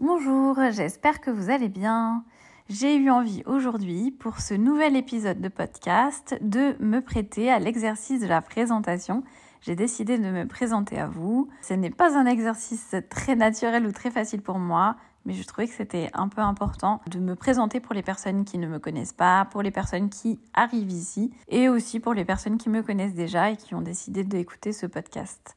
Bonjour, j'espère que vous allez bien. J'ai eu envie aujourd'hui, pour ce nouvel épisode de podcast, de me prêter à l'exercice de la présentation. J'ai décidé de me présenter à vous. Ce n'est pas un exercice très naturel ou très facile pour moi, mais je trouvais que c'était un peu important de me présenter pour les personnes qui ne me connaissent pas, pour les personnes qui arrivent ici, et aussi pour les personnes qui me connaissent déjà et qui ont décidé d'écouter ce podcast.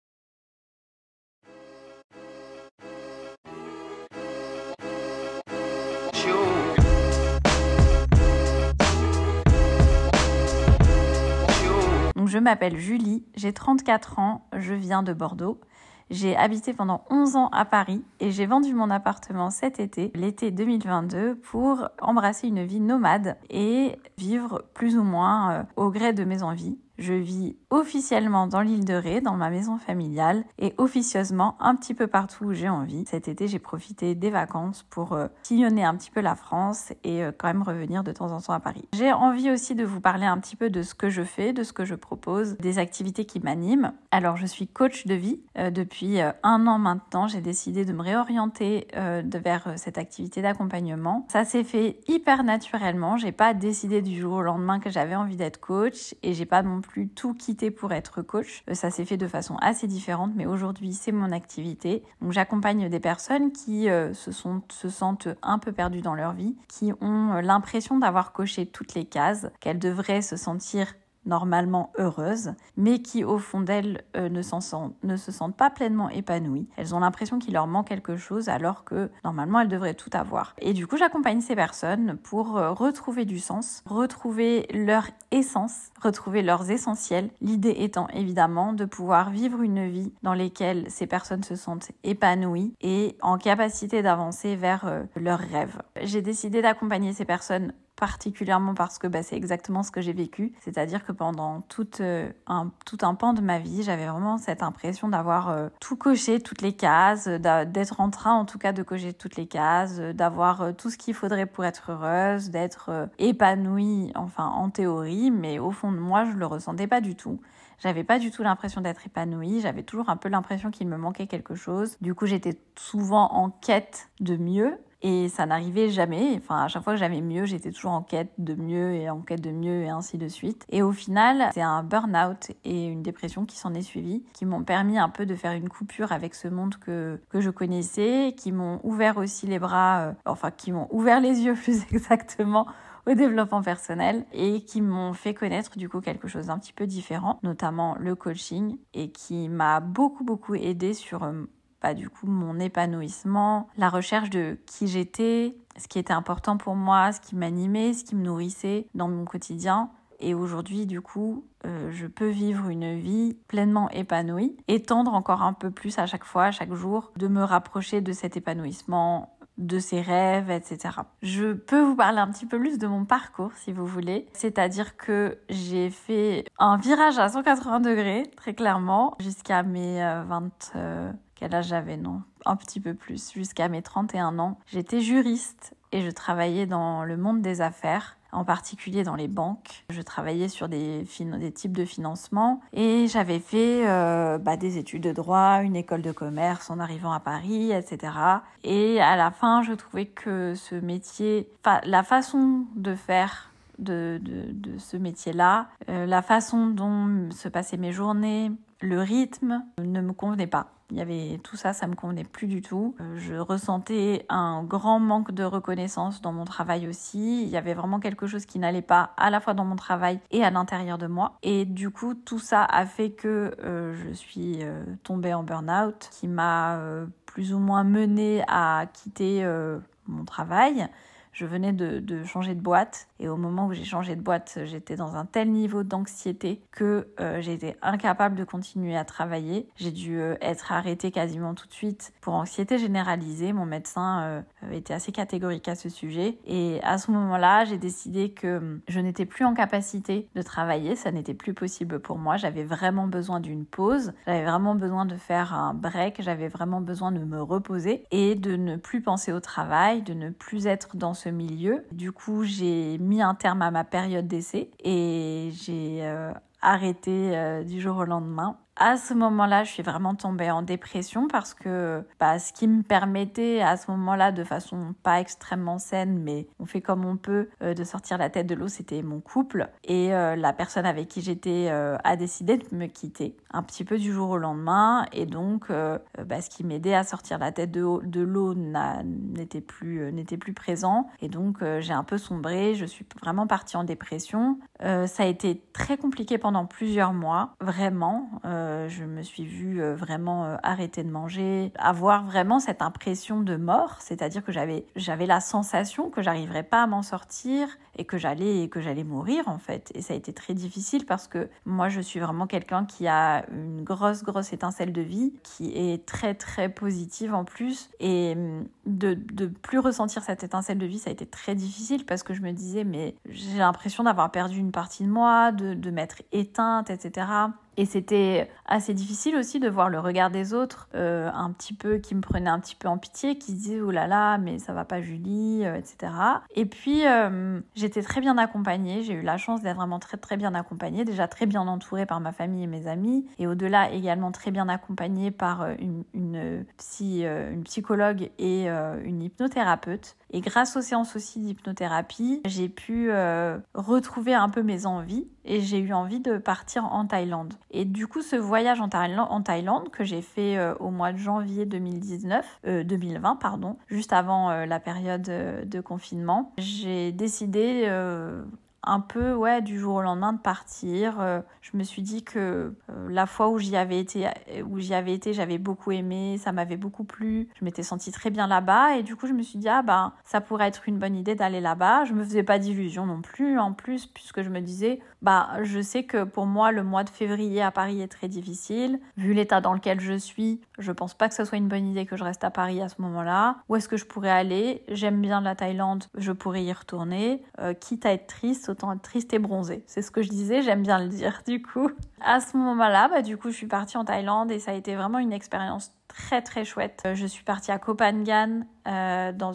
Donc, je m'appelle Julie, j'ai 34 ans, je viens de Bordeaux. J'ai habité pendant 11 ans à Paris et j'ai vendu mon appartement cet été, l'été 2022, pour embrasser une vie nomade et vivre plus ou moins au gré de mes envies. Je vis officiellement dans l'île de Ré, dans ma maison familiale, et officieusement un petit peu partout où j'ai envie. Cet été, j'ai profité des vacances pour sillonner un petit peu la France et quand même revenir de temps en temps à Paris. J'ai envie aussi de vous parler un petit peu de ce que je fais, de ce que je propose, des activités qui m'animent. Alors, je suis coach de vie. Depuis 1 an maintenant, j'ai décidé de me réorienter vers cette activité d'accompagnement. Ça s'est fait hyper naturellement. J'ai pas décidé du jour au lendemain que j'avais envie d'être coach et j'ai pas non plus tout quitté pour être coach. Ça s'est fait de façon assez différente, mais aujourd'hui, c'est mon activité. Donc, j'accompagne des personnes qui se sentent un peu perdues dans leur vie, qui ont l'impression d'avoir coché toutes les cases, qu'elles devraient se sentir normalement heureuses, mais qui au fond d'elles ne se sentent pas pleinement épanouies. Elles ont l'impression qu'il leur manque quelque chose alors que normalement elles devraient tout avoir. Et du coup, j'accompagne ces personnes pour retrouver du sens, retrouver leur essence, retrouver leurs essentiels. L'idée étant évidemment de pouvoir vivre une vie dans laquelle ces personnes se sentent épanouies et en capacité d'avancer vers leurs rêves. J'ai décidé d'accompagner ces personnes particulièrement parce que c'est exactement ce que j'ai vécu. C'est-à-dire que pendant tout un pan de ma vie, j'avais vraiment cette impression d'avoir tout coché, toutes les cases, d'être en train en tout cas de cocher toutes les cases, d'avoir tout ce qu'il faudrait pour être heureuse, d'être épanouie, enfin en théorie, mais au fond de moi, je le ressentais pas du tout. J'avais pas du tout l'impression d'être épanouie, j'avais toujours un peu l'impression qu'il me manquait quelque chose. Du coup, j'étais souvent en quête de mieux. Et ça n'arrivait jamais. Enfin, à chaque fois que j'avais mieux, j'étais toujours en quête de mieux et en quête de mieux et ainsi de suite. Et au final, c'est un burn-out et une dépression qui s'en est suivie, qui m'ont permis un peu de faire une coupure avec ce monde que je connaissais, qui m'ont ouvert aussi les bras, qui m'ont ouvert les yeux plus exactement au développement personnel et qui m'ont fait connaître du coup quelque chose d'un petit peu différent, notamment le coaching, et qui m'a beaucoup aidé sur mon épanouissement, la recherche de qui j'étais, ce qui était important pour moi, ce qui m'animait, ce qui me nourrissait dans mon quotidien. Et aujourd'hui, du coup, je peux vivre une vie pleinement épanouie et tendre encore un peu plus à chaque fois, à chaque jour, de me rapprocher de cet épanouissement, de ses rêves, etc. Je peux vous parler un petit peu plus de mon parcours, si vous voulez. C'est-à-dire que j'ai fait un virage à 180 degrés, très clairement, jusqu'à mes quel âge j'avais? Non, un petit peu plus, jusqu'à mes 31 ans. J'étais juriste et je travaillais dans le monde des affaires, en particulier dans les banques. Je travaillais sur des types de financement et j'avais fait des études de droit, une école de commerce en arrivant à Paris, etc. Et à la fin, je trouvais que ce métier, la façon de faire de ce métier-là, la façon dont se passaient mes journées, le rythme ne me convenait pas. Il y avait tout ça, ça me convenait plus du tout. Je ressentais un grand manque de reconnaissance dans mon travail aussi. Il y avait vraiment quelque chose qui n'allait pas à la fois dans mon travail et à l'intérieur de moi. Et du coup, tout ça a fait que je suis tombée en burn-out, qui m'a plus ou moins menée à quitter mon travail. Je venais de changer de boîte et au moment où j'ai changé de boîte, j'étais dans un tel niveau d'anxiété que j'étais incapable de continuer à travailler. J'ai dû être arrêtée quasiment tout de suite pour anxiété généralisée. Mon médecin était assez catégorique à ce sujet et à ce moment-là, j'ai décidé que je n'étais plus en capacité de travailler. Ça n'était plus possible pour moi. J'avais vraiment besoin d'une pause. J'avais vraiment besoin de faire un break. J'avais vraiment besoin de me reposer et de ne plus penser au travail, de ne plus être dans ce milieu. Du coup, j'ai mis un terme à ma période d'essai et j'ai arrêté du jour au lendemain À ce moment-là, je suis vraiment tombée en dépression parce que ce qui me permettait à ce moment-là, de façon pas extrêmement saine, mais on fait comme on peut, de sortir la tête de l'eau, c'était mon couple. Et la personne avec qui j'étais a décidé de me quitter un petit peu du jour au lendemain. Et donc, ce qui m'aidait à sortir la tête de l'eau n'était plus présent. Et donc, j'ai un peu sombré. Je suis vraiment partie en dépression. Ça a été très compliqué pendant plusieurs mois, vraiment. Je me suis vue vraiment arrêter de manger, avoir vraiment cette impression de mort, c'est-à-dire que j'avais la sensation que j'arriverais pas à m'en sortir et que j'allais mourir en fait. Et ça a été très difficile parce que moi je suis vraiment quelqu'un qui a une grosse étincelle de vie, qui est très très positive en plus, et de plus ressentir cette étincelle de vie, ça a été très difficile parce que je me disais mais j'ai l'impression d'avoir perdu une partie de moi, de m'être éteinte, etc. Et c'était assez difficile aussi de voir le regard des autres, un petit peu, qui me prenaient un petit peu en pitié, qui se disaient « Oh là là, mais ça va pas Julie », etc. Et puis, j'étais très bien accompagnée. J'ai eu la chance d'être vraiment très très bien accompagnée, déjà très bien entourée par ma famille et mes amis, et au-delà également très bien accompagnée par une psychologue et une hypnothérapeute. Et grâce aux séances aussi d'hypnothérapie, j'ai pu retrouver un peu mes envies et j'ai eu envie de partir en Thaïlande. Et du coup, ce voyage en Thaïlande que j'ai fait au mois de janvier 2020, juste avant la période de confinement, j'ai décidé un peu du jour au lendemain de partir. Je me suis dit que la fois où j'y avais été, j'avais beaucoup aimé, ça m'avait beaucoup plu, je m'étais sentie très bien là-bas et du coup je me suis dit ça pourrait être une bonne idée d'aller là-bas. Je me faisais pas d'illusions non plus en plus, puisque je me disais je sais que pour moi le mois de février à Paris est très difficile, vu l'état dans lequel je suis. Je pense pas que ce soit une bonne idée que je reste à Paris à ce moment-là. Où est-ce que je pourrais aller? J'aime bien la Thaïlande, je pourrais y retourner, quitte à être triste, autant être triste et bronzée. C'est ce que je disais, j'aime bien le dire du coup. À ce moment-là, du coup, je suis partie en Thaïlande et ça a été vraiment une expérience très très chouette. Je suis partie à Koh Phangan, dans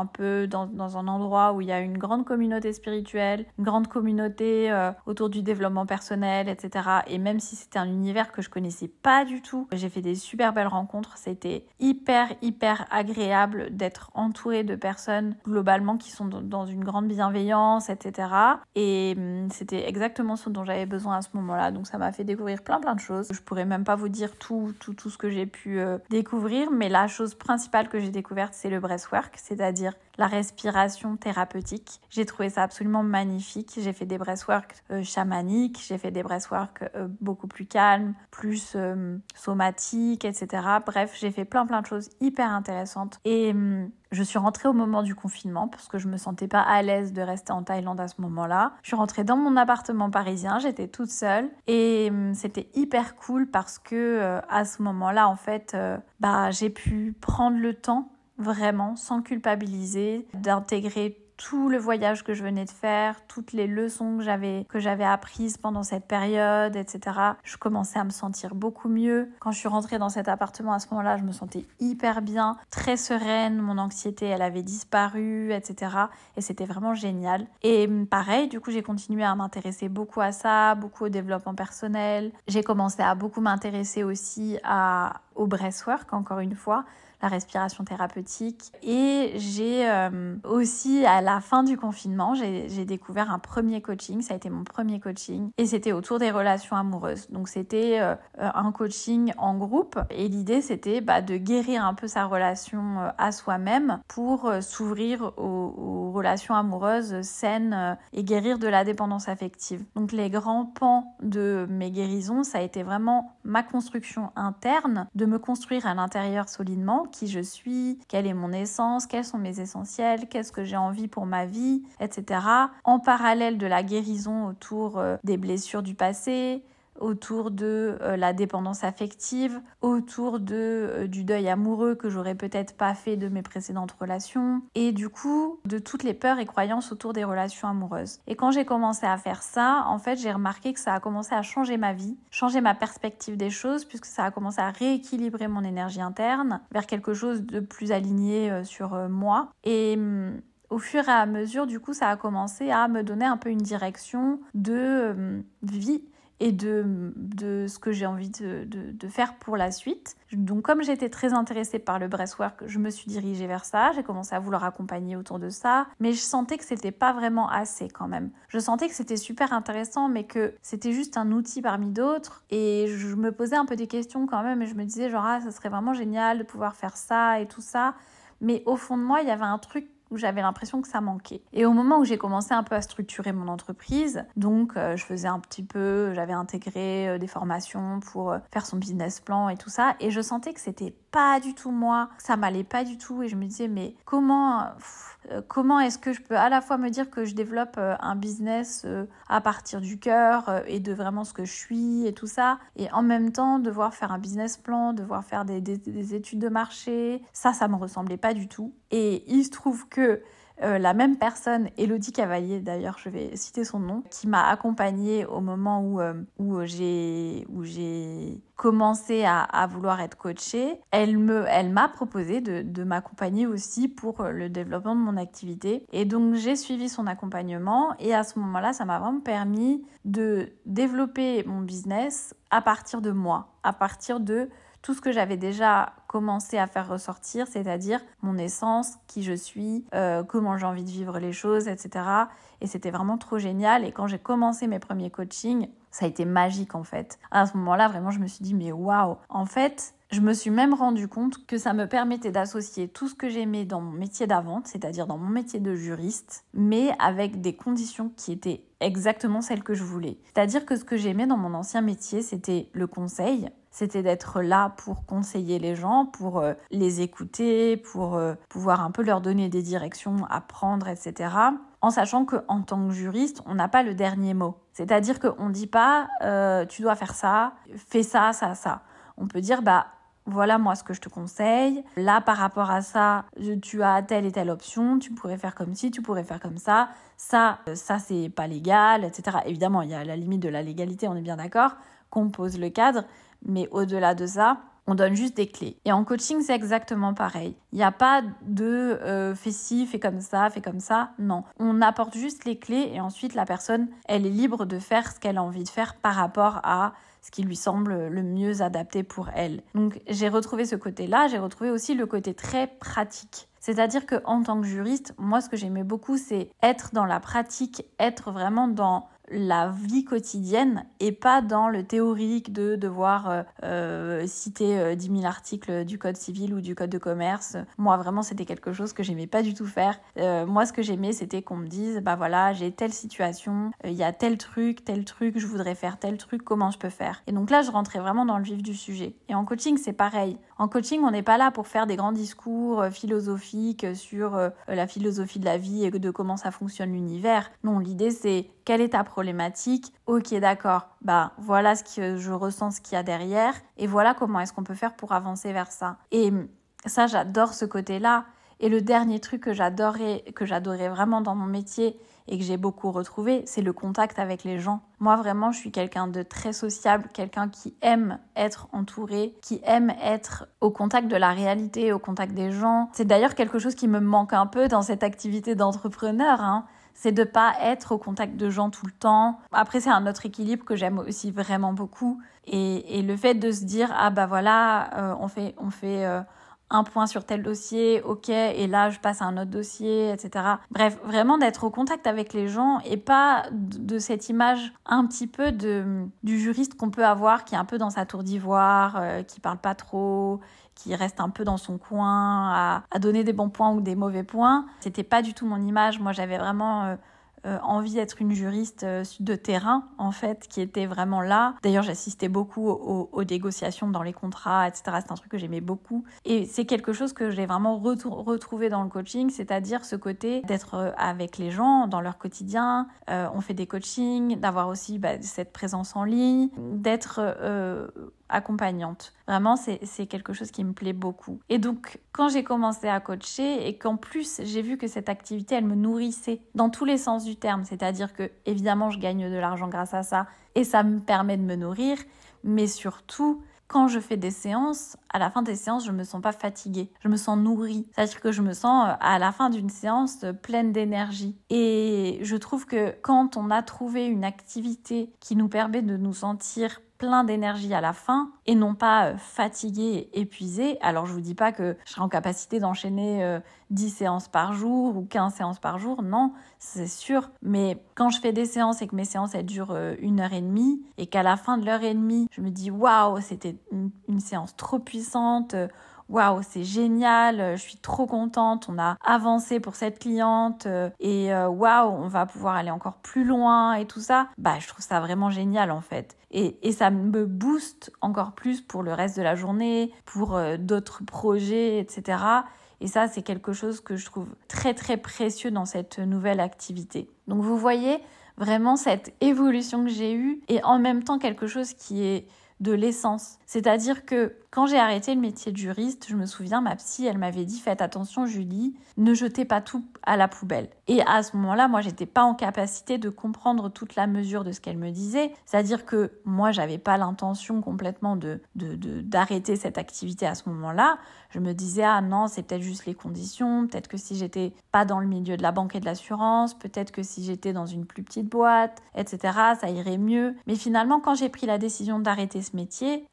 un endroit où il y a une grande communauté spirituelle, une grande communauté autour du développement personnel, etc. Et même si c'était un univers que je connaissais pas du tout, j'ai fait des super belles rencontres. C'était hyper agréable d'être entourée de personnes globalement qui sont dans une grande bienveillance, etc. Et c'était exactement ce dont j'avais besoin à ce moment-là. Donc ça m'a fait découvrir plein de choses. Je pourrais même pas vous dire tout ce que j'ai pu découvrir, mais la chose principale que j'ai découverte, c'est le breathwork, c'est-à-dire la respiration thérapeutique. J'ai trouvé ça absolument magnifique. J'ai fait des breathwork chamaniques, j'ai fait des breathwork beaucoup plus calmes, plus somatiques, etc. Bref, j'ai fait plein de choses hyper intéressantes. Et je suis rentrée au moment du confinement parce que je me sentais pas à l'aise de rester en Thaïlande à ce moment-là. Je suis rentrée dans mon appartement parisien, j'étais toute seule et c'était hyper cool parce que à ce moment-là, en fait, j'ai pu prendre le temps vraiment sans culpabiliser d'intégrer tout le voyage que je venais de faire, toutes les leçons que j'avais apprises pendant cette période, etc. Je commençais à me sentir beaucoup mieux. Quand je suis rentrée dans cet appartement à ce moment-là, je me sentais hyper bien, très sereine, mon anxiété, elle avait disparu, etc. Et c'était vraiment génial. Et pareil, du coup, j'ai continué à m'intéresser beaucoup à ça, beaucoup au développement personnel. J'ai commencé à beaucoup m'intéresser aussi au breathwork, encore une fois, la respiration thérapeutique. Et j'ai aussi, à la fin du confinement, j'ai découvert un premier coaching. Ça a été mon premier coaching. Et c'était autour des relations amoureuses. Donc, c'était un coaching en groupe. Et l'idée, c'était de guérir un peu sa relation à soi-même pour s'ouvrir aux relations amoureuses saines et guérir de la dépendance affective. Donc, les grands pans de mes guérisons, ça a été vraiment ma construction interne, de me construire à l'intérieur solidement, qui je suis, quelle est mon essence, quels sont mes essentiels, qu'est-ce que j'ai envie pour ma vie, etc. En parallèle de la guérison autour des blessures du passé, autour de la dépendance affective, autour du deuil amoureux que j'aurais peut-être pas fait de mes précédentes relations, et du coup de toutes les peurs et croyances autour des relations amoureuses. Et quand j'ai commencé à faire ça, en fait j'ai remarqué que ça a commencé à changer ma vie, changer ma perspective des choses, puisque ça a commencé à rééquilibrer mon énergie interne vers quelque chose de plus aligné sur moi. Et au fur et à mesure, du coup, ça a commencé à me donner un peu une direction de vie, et de ce que j'ai envie de faire pour la suite. Donc comme j'étais très intéressée par le breathwork, je me suis dirigée vers ça, j'ai commencé à vouloir accompagner autour de ça, mais je sentais que c'était pas vraiment assez quand même. Je sentais que c'était super intéressant, mais que c'était juste un outil parmi d'autres, et je me posais un peu des questions quand même, et je me disais genre ça serait vraiment génial de pouvoir faire ça et tout ça, mais au fond de moi il y avait un truc où j'avais l'impression que ça manquait. Et au moment où j'ai commencé un peu à structurer mon entreprise, donc je faisais j'avais intégré des formations pour faire son business plan et tout ça, et je sentais que c'était pas du tout moi, que ça m'allait pas du tout, et je me disais mais comment est-ce que je peux à la fois me dire que je développe un business à partir du cœur et de vraiment ce que je suis et tout ça, et en même temps devoir faire un business plan, devoir faire des études de marché, ça me ressemblait pas du tout. Et il se trouve que la même personne, Elodie Cavalier d'ailleurs, je vais citer son nom, qui m'a accompagnée au moment où j'ai commencé à vouloir être coachée, elle m'a proposé de m'accompagner aussi pour le développement de mon activité. Et donc j'ai suivi son accompagnement, et à ce moment-là, ça m'a vraiment permis de développer mon business à partir de moi, à partir de tout ce que j'avais déjà commencé à faire ressortir, c'est-à-dire mon essence, qui je suis, comment j'ai envie de vivre les choses, etc. Et c'était vraiment trop génial. Et quand j'ai commencé mes premiers coachings, ça a été magique en fait. À ce moment-là, vraiment, je me suis dit, mais waouh! En fait, je me suis même rendu compte que ça me permettait d'associer tout ce que j'aimais dans mon métier d'avant, c'est-à-dire dans mon métier de juriste, mais avec des conditions qui étaient exactement celles que je voulais. C'est-à-dire que ce que j'aimais dans mon ancien métier, c'était le conseil, c'était d'être là pour conseiller les gens, pour les écouter, pour pouvoir un peu leur donner des directions à prendre, etc. En sachant qu'en tant que juriste, on n'a pas le dernier mot. C'est-à-dire qu'on ne dit pas tu dois faire ça, fais ça, ça, ça. On peut dire voilà moi ce que je te conseille. Là par rapport à ça, tu as telle et telle option, tu pourrais faire comme ci, tu pourrais faire comme ça. Ça c'est pas légal, etc. Évidemment, il y a la limite de la légalité, on est bien d'accord, qu'on pose le cadre. Mais au-delà de ça, on donne juste des clés. Et en coaching, c'est exactement pareil. Il n'y a pas de fais ci, fais comme ça, fais comme ça. Non. On apporte juste les clés, et ensuite la personne, elle est libre de faire ce qu'elle a envie de faire par rapport à ce qui lui semble le mieux adapté pour elle. Donc j'ai retrouvé ce côté-là, j'ai retrouvé aussi le côté très pratique. C'est-à-dire qu'en tant que juriste, moi ce que j'aimais beaucoup, c'est être dans la pratique, être vraiment dans la vie quotidienne et pas dans le théorique de devoir citer 10 000 articles du code civil ou du code de commerce. Moi vraiment c'était quelque chose que j'aimais pas du tout faire. Moi ce que j'aimais c'était qu'on me dise voilà j'ai telle situation, il y a tel truc, je voudrais faire tel truc, comment je peux faire. Et donc là je rentrais vraiment dans le vif du sujet. Et en coaching c'est pareil. En coaching on n'est pas là pour faire des grands discours philosophiques sur la philosophie de la vie et de comment ça fonctionne l'univers. Non, l'idée c'est quelle est ta problématique? Ok, d'accord. Voilà ce que je ressens, ce qu'il y a derrière, et voilà comment est-ce qu'on peut faire pour avancer vers ça. Et ça, j'adore ce côté-là. Et le dernier truc que j'adorais vraiment dans mon métier et que j'ai beaucoup retrouvé, c'est le contact avec les gens. Moi, vraiment, je suis quelqu'un de très sociable, quelqu'un qui aime être entouré, qui aime être au contact de la réalité, au contact des gens. C'est d'ailleurs quelque chose qui me manque un peu dans cette activité d'entrepreneur, c'est de pas être au contact de gens tout le temps. Après, c'est un autre équilibre que j'aime aussi vraiment beaucoup. Et le fait de se dire, on fait un point sur tel dossier, ok, et là, je passe à un autre dossier, etc. Bref, vraiment d'être au contact avec les gens et pas de cette image un petit peu du juriste qu'on peut avoir, qui est un peu dans sa tour d'ivoire, qui parle pas trop, qui reste un peu dans son coin, à donner des bons points ou des mauvais points. C'était pas du tout mon image. Moi, j'avais vraiment envie d'être une juriste de terrain, en fait, qui était vraiment là. D'ailleurs, j'assistais beaucoup aux négociations dans les contrats, etc. C'est un truc que j'aimais beaucoup. Et c'est quelque chose que j'ai vraiment retrouvé dans le coaching, c'est-à-dire ce côté d'être avec les gens dans leur quotidien. On fait des coachings, d'avoir aussi cette présence en ligne, d'être accompagnante. Vraiment, c'est quelque chose qui me plaît beaucoup. Et donc, quand j'ai commencé à coacher et qu'en plus, j'ai vu que cette activité, elle me nourrissait dans tous les sens du terme. C'est-à-dire que, évidemment, je gagne de l'argent grâce à ça et ça me permet de me nourrir. Mais surtout, quand je fais des séances, à la fin des séances, je me sens pas fatiguée. Je me sens nourrie. C'est-à-dire que je me sens à la fin d'une séance pleine d'énergie. Et je trouve que quand on a trouvé une activité qui nous permet de nous sentir plein d'énergie à la fin et non pas fatigué et épuisé. Alors je vous dis pas que je serai en capacité d'enchaîner 10 séances par jour ou 15 séances par jour, non, c'est sûr. Mais quand je fais des séances et que mes séances elles durent 1h30 et qu'à la fin de l'heure et demie, je me dis waouh, c'était une séance trop puissante. Waouh, c'est génial, je suis trop contente, on a avancé pour cette cliente et waouh, on va pouvoir aller encore plus loin et tout ça. Je trouve ça vraiment génial en fait. Et ça me booste encore plus pour le reste de la journée, pour d'autres projets, etc. Et ça, c'est quelque chose que je trouve très très précieux dans cette nouvelle activité. Donc vous voyez vraiment cette évolution que j'ai eue et en même temps quelque chose qui est de l'essence. C'est-à-dire que quand j'ai arrêté le métier de juriste, je me souviens, ma psy, elle m'avait dit « Faites attention Julie, ne jetez pas tout à la poubelle ». Et à ce moment-là, moi, j'étais pas en capacité de comprendre toute la mesure de ce qu'elle me disait. C'est-à-dire que moi, j'avais pas l'intention complètement d'arrêter cette activité à ce moment-là. Je me disais « Ah non, c'est peut-être juste les conditions, peut-être que si j'étais pas dans le milieu de la banque et de l'assurance, peut-être que si j'étais dans une plus petite boîte, etc., ça irait mieux ». Mais finalement, quand j'ai pris la décision d'arrêter ce métier,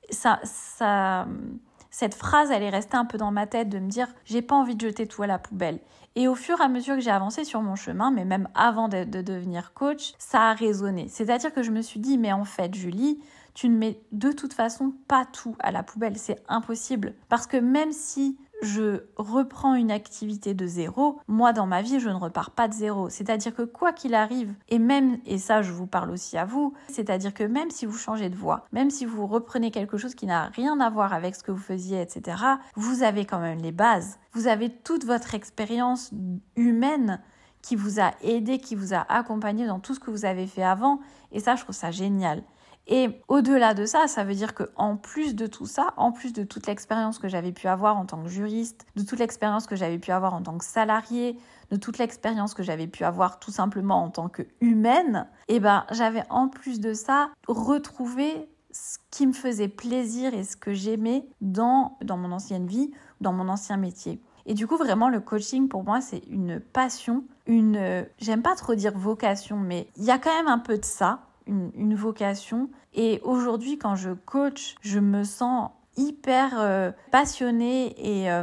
cette phrase, elle est restée un peu dans ma tête de me dire « j'ai pas envie de jeter tout à la poubelle ». Et au fur et à mesure que j'ai avancé sur mon chemin, mais même avant de devenir coach, ça a résonné. C'est-à-dire que je me suis dit « mais en fait, Julie, tu ne mets de toute façon pas tout à la poubelle, c'est impossible. Parce que même si je reprends une activité de zéro, moi dans ma vie je ne repars pas de zéro. C'est-à-dire que quoi qu'il arrive, et ça je vous parle aussi à vous, c'est-à-dire que même si vous changez de voie, même si vous reprenez quelque chose qui n'a rien à voir avec ce que vous faisiez, etc., vous avez quand même les bases. Vous avez toute votre expérience humaine qui vous a aidé, qui vous a accompagné dans tout ce que vous avez fait avant. Et ça, je trouve ça génial. Et au-delà de ça, ça veut dire qu'en plus de tout ça, en plus de toute l'expérience que j'avais pu avoir en tant que juriste, de toute l'expérience que j'avais pu avoir en tant que salarié, de toute l'expérience que j'avais pu avoir tout simplement en tant qu'humaine, j'avais en plus de ça retrouvé ce qui me faisait plaisir et ce que j'aimais dans mon ancienne vie, dans mon ancien métier. Et du coup, vraiment, le coaching, pour moi, c'est une passion, j'aime pas trop dire vocation, mais il y a quand même un peu de ça, une vocation. Et aujourd'hui, quand je coach, je me sens hyper passionnée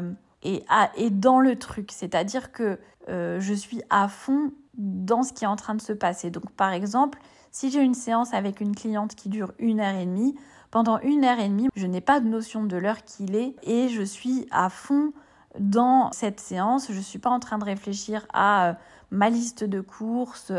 et dans le truc. C'est-à-dire que je suis à fond dans ce qui est en train de se passer. Donc, par exemple, si j'ai une séance avec une cliente qui dure 1h30, pendant 1h30, je n'ai pas de notion de l'heure qu'il est et je suis à fond dans cette séance. Je ne suis pas en train de réfléchir à ma liste de courses,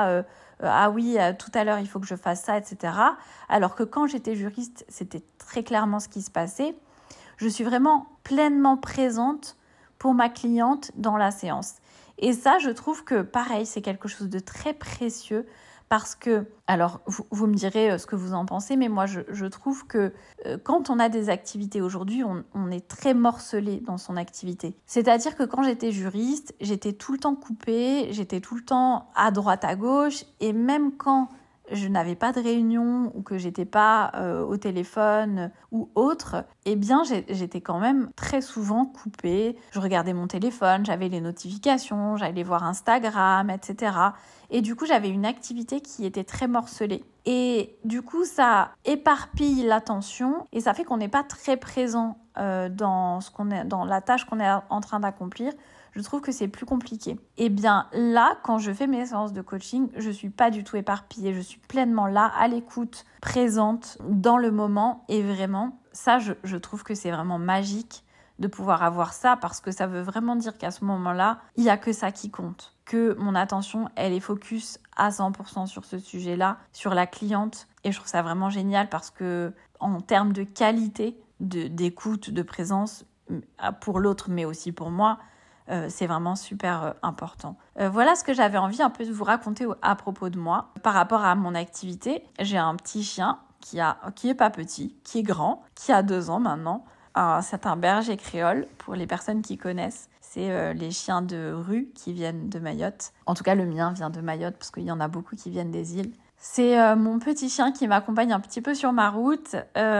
ah oui, tout à l'heure, il faut que je fasse ça, etc. Alors que quand j'étais juriste, c'était très clairement ce qui se passait. Je suis vraiment pleinement présente pour ma cliente dans la séance. Et ça, je trouve que, pareil, c'est quelque chose de très précieux parce que, alors, vous me direz ce que vous en pensez, mais moi, je trouve que quand on a des activités aujourd'hui, on est très morcelé dans son activité. C'est-à-dire que quand j'étais juriste, j'étais tout le temps coupée, j'étais tout le temps à droite, à gauche, et même quand je n'avais pas de réunion ou que j'étais pas au téléphone ou autre, eh bien j'étais quand même très souvent coupée. Je regardais mon téléphone, j'avais les notifications, j'allais voir Instagram, etc. Et du coup, j'avais une activité qui était très morcelée. Et du coup, ça éparpille l'attention et ça fait qu'on n'est pas très présent dans la tâche qu'on est en train d'accomplir. Je trouve que c'est plus compliqué. Et bien là, quand je fais mes séances de coaching, je suis pas du tout éparpillée. Je suis pleinement là, à l'écoute, présente, dans le moment. Et vraiment, ça, je trouve que c'est vraiment magique de pouvoir avoir ça parce que ça veut vraiment dire qu'à ce moment-là, il n'y a que ça qui compte. Que mon attention, elle est focus à 100% sur ce sujet-là, sur la cliente. Et je trouve ça vraiment génial parce que en termes de qualité, d'écoute, de présence, pour l'autre, mais aussi pour moi, c'est vraiment super important. Voilà ce que j'avais envie un peu de vous raconter à propos de moi. Par rapport à mon activité, j'ai un petit chien qui est pas petit, qui est grand, qui a 2 ans maintenant. C'est un berger créole, pour les personnes qui connaissent. C'est les chiens de rue qui viennent de Mayotte. En tout cas, le mien vient de Mayotte, parce qu'il y en a beaucoup qui viennent des îles. C'est mon petit chien qui m'accompagne un petit peu sur ma route.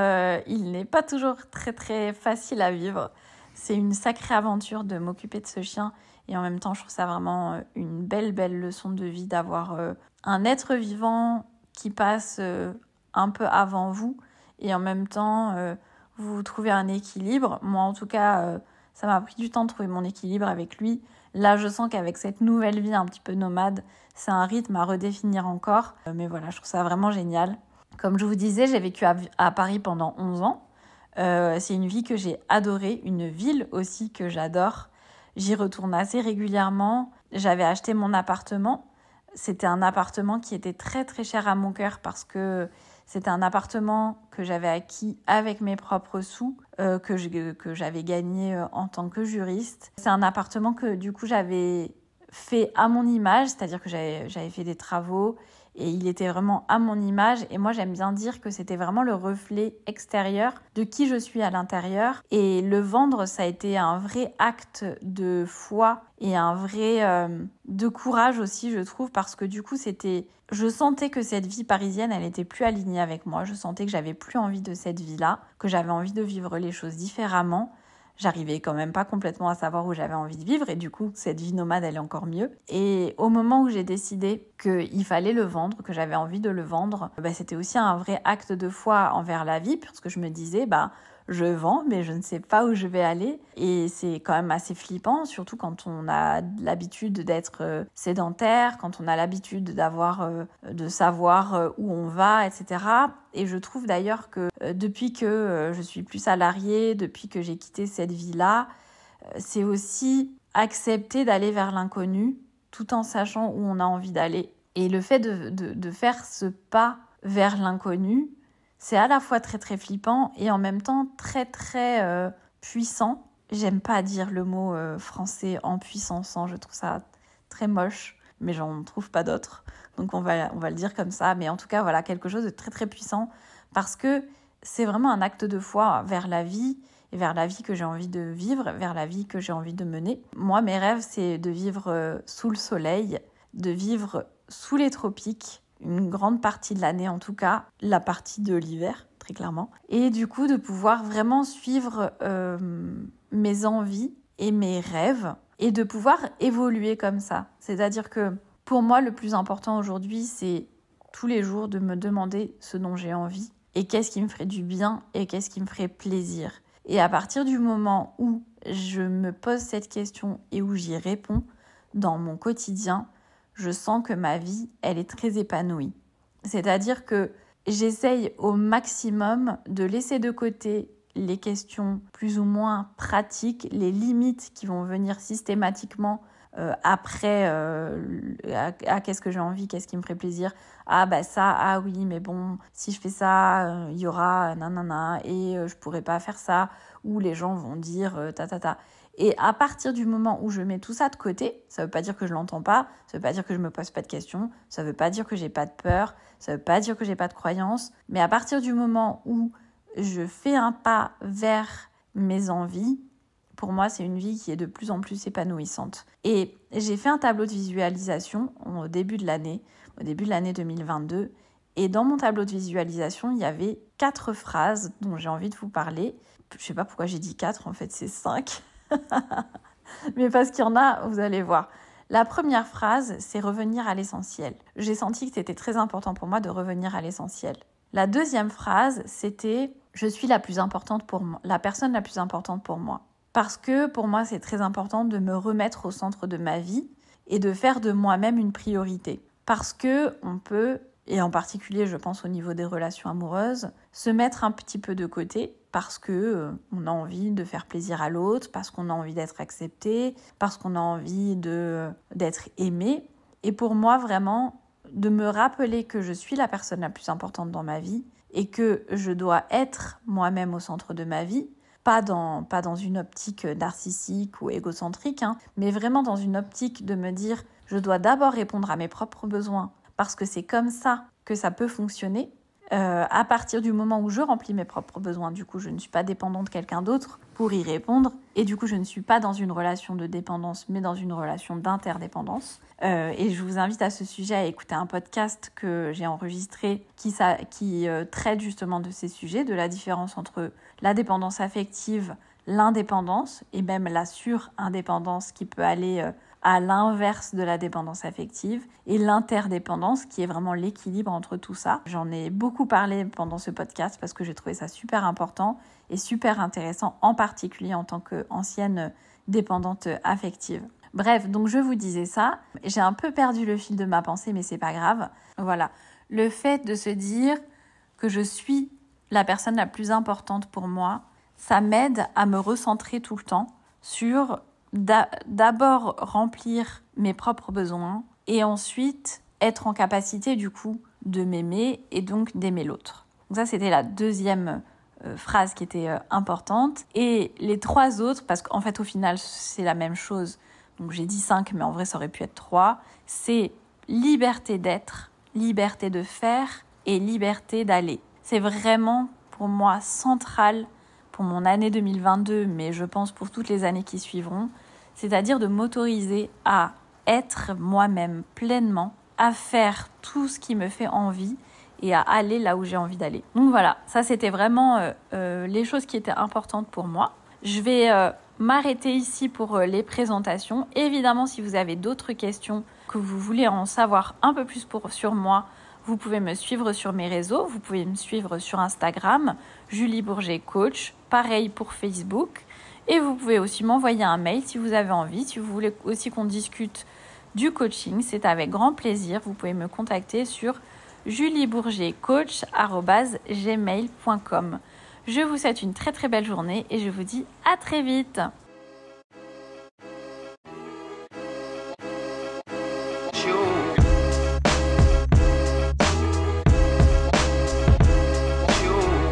Il n'est pas toujours très très facile à vivre. C'est une sacrée aventure de m'occuper de ce chien. Et en même temps, je trouve ça vraiment une belle leçon de vie d'avoir un être vivant qui passe un peu avant vous. Et en même temps, vous trouvez un équilibre. Moi, en tout cas, ça m'a pris du temps de trouver mon équilibre avec lui. Là, je sens qu'avec cette nouvelle vie un petit peu nomade, c'est un rythme à redéfinir encore. Mais voilà, je trouve ça vraiment génial. Comme je vous disais, j'ai vécu à Paris pendant 11 ans. C'est une vie que j'ai adorée, une ville aussi que j'adore. J'y retourne assez régulièrement. J'avais acheté mon appartement. C'était un appartement qui était très très cher à mon cœur parce que c'était un appartement que j'avais acquis avec mes propres sous, que j'avais gagné en tant que juriste. C'est un appartement que du coup j'avais fait à mon image, c'est-à-dire que j'avais fait des travaux et il était vraiment à mon image. Et moi, j'aime bien dire que c'était vraiment le reflet extérieur de qui je suis à l'intérieur. Et le vendre, ça a été un vrai acte de foi et un vrai de courage aussi, je trouve, parce que du coup, je sentais que cette vie parisienne, elle était plus alignée avec moi. Je sentais que j'avais plus envie de cette vie-là, que j'avais envie de vivre les choses différemment. J'arrivais quand même pas complètement à savoir où j'avais envie de vivre et du coup, cette vie nomade, elle est encore mieux. Et au moment où j'ai décidé qu'il fallait le vendre, que j'avais envie de le vendre, c'était aussi un vrai acte de foi envers la vie parce que je me disais, je vends, mais je ne sais pas où je vais aller. Et c'est quand même assez flippant, surtout quand on a l'habitude d'être sédentaire, quand on a l'habitude de savoir où on va, etc. Et je trouve d'ailleurs que depuis que je suis plus salariée, depuis que j'ai quitté cette vie-là, c'est aussi accepter d'aller vers l'inconnu tout en sachant où on a envie d'aller. Et le fait de faire ce pas vers l'inconnu, c'est à la fois très très flippant et en même temps très très puissant. J'aime pas dire le mot français en puissance, je trouve ça très moche, mais j'en trouve pas d'autres. Donc on va le dire comme ça, mais en tout cas voilà, quelque chose de très très puissant parce que c'est vraiment un acte de foi vers la vie et vers la vie que j'ai envie de vivre, vers la vie que j'ai envie de mener. Moi, mes rêves, c'est de vivre sous le soleil, de vivre sous les tropiques, une grande partie de l'année en tout cas, la partie de l'hiver très clairement, et du coup de pouvoir vraiment suivre mes envies et mes rêves et de pouvoir évoluer comme ça. C'est-à-dire que pour moi le plus important aujourd'hui c'est tous les jours de me demander ce dont j'ai envie et qu'est-ce qui me ferait du bien et qu'est-ce qui me ferait plaisir. Et à partir du moment où je me pose cette question et où j'y réponds dans mon quotidien, je sens que ma vie, elle est très épanouie. C'est-à-dire que j'essaye au maximum de laisser de côté les questions plus ou moins pratiques, les limites qui vont venir systématiquement après qu'est-ce que j'ai envie, qu'est-ce qui me ferait plaisir. Oui, mais bon, si je fais ça, il y aura nanana et je pourrais pas faire ça, ou les gens vont dire ta. Et à partir du moment où je mets tout ça de côté, ça veut pas dire que je l'entends pas, ça veut pas dire que je me pose pas de questions, ça veut pas dire que j'ai pas de peur, ça veut pas dire que j'ai pas de croyances, mais à partir du moment où je fais un pas vers mes envies, pour moi, c'est une vie qui est de plus en plus épanouissante. Et j'ai fait un tableau de visualisation au début de l'année 2022. Et dans mon tableau de visualisation, il y avait 4 phrases dont j'ai envie de vous parler. Je sais pas pourquoi j'ai dit 4, en fait c'est 5. Mais parce qu'il y en a, vous allez voir. La première phrase, c'est revenir à l'essentiel. J'ai senti que c'était très important pour moi de revenir à l'essentiel. La deuxième phrase, c'était « Je suis la personne la plus importante pour moi ». Parce que pour moi, c'est très important de me remettre au centre de ma vie et de faire de moi-même une priorité. Parce que on peut, et en particulier je pense au niveau des relations amoureuses, se mettre un petit peu de côté parce que on a envie de faire plaisir à l'autre, parce qu'on a envie d'être accepté, parce qu'on a envie d'être aimé. Et pour moi, vraiment, de me rappeler que je suis la personne la plus importante dans ma vie et que je dois être moi-même au centre de ma vie, pas dans une optique narcissique ou égocentrique, mais vraiment dans une optique de me dire je dois d'abord répondre à mes propres besoins parce que c'est comme ça que ça peut fonctionner. à partir du moment où je remplis mes propres besoins. Du coup, je ne suis pas dépendante de quelqu'un d'autre pour y répondre. Et du coup, je ne suis pas dans une relation de dépendance, mais dans une relation d'interdépendance. Et je vous invite à ce sujet à écouter un podcast que j'ai enregistré qui traite justement de ces sujets, de la différence entre la dépendance affective, l'indépendance et même la surindépendance qui peut aller à l'inverse de la dépendance affective et l'interdépendance qui est vraiment l'équilibre entre tout ça. J'en ai beaucoup parlé pendant ce podcast parce que j'ai trouvé ça super important et super intéressant, en particulier en tant qu'ancienne dépendante affective. Bref, donc je vous disais ça. J'ai un peu perdu le fil de ma pensée, mais c'est pas grave. Voilà. Le fait de se dire que je suis la personne la plus importante pour moi, ça m'aide à me recentrer tout le temps sur d'abord remplir mes propres besoins et ensuite être en capacité du coup de m'aimer et donc d'aimer l'autre. Donc ça, c'était la deuxième phrase qui était importante. Et les 3 autres, parce qu'en fait au final c'est la même chose, donc j'ai dit 5 mais en vrai ça aurait pu être 3, c'est liberté d'être, liberté de faire et liberté d'aller. C'est vraiment pour moi central pour mon année 2022, mais je pense pour toutes les années qui suivront, c'est-à-dire de m'autoriser à être moi-même pleinement, à faire tout ce qui me fait envie et à aller là où j'ai envie d'aller. Donc voilà, ça c'était vraiment les choses qui étaient importantes pour moi. Je vais m'arrêter ici pour les présentations. Évidemment, si vous avez d'autres questions, que vous voulez en savoir un peu plus sur moi, vous pouvez me suivre sur mes réseaux, vous pouvez me suivre sur Instagram, Julie Bourget Coach, pareil pour Facebook. Et vous pouvez aussi m'envoyer un mail si vous avez envie, si vous voulez aussi qu'on discute du coaching, c'est avec grand plaisir. Vous pouvez me contacter sur juliebourgetcoach@gmail.com. Je vous souhaite une très très belle journée et je vous dis à très vite.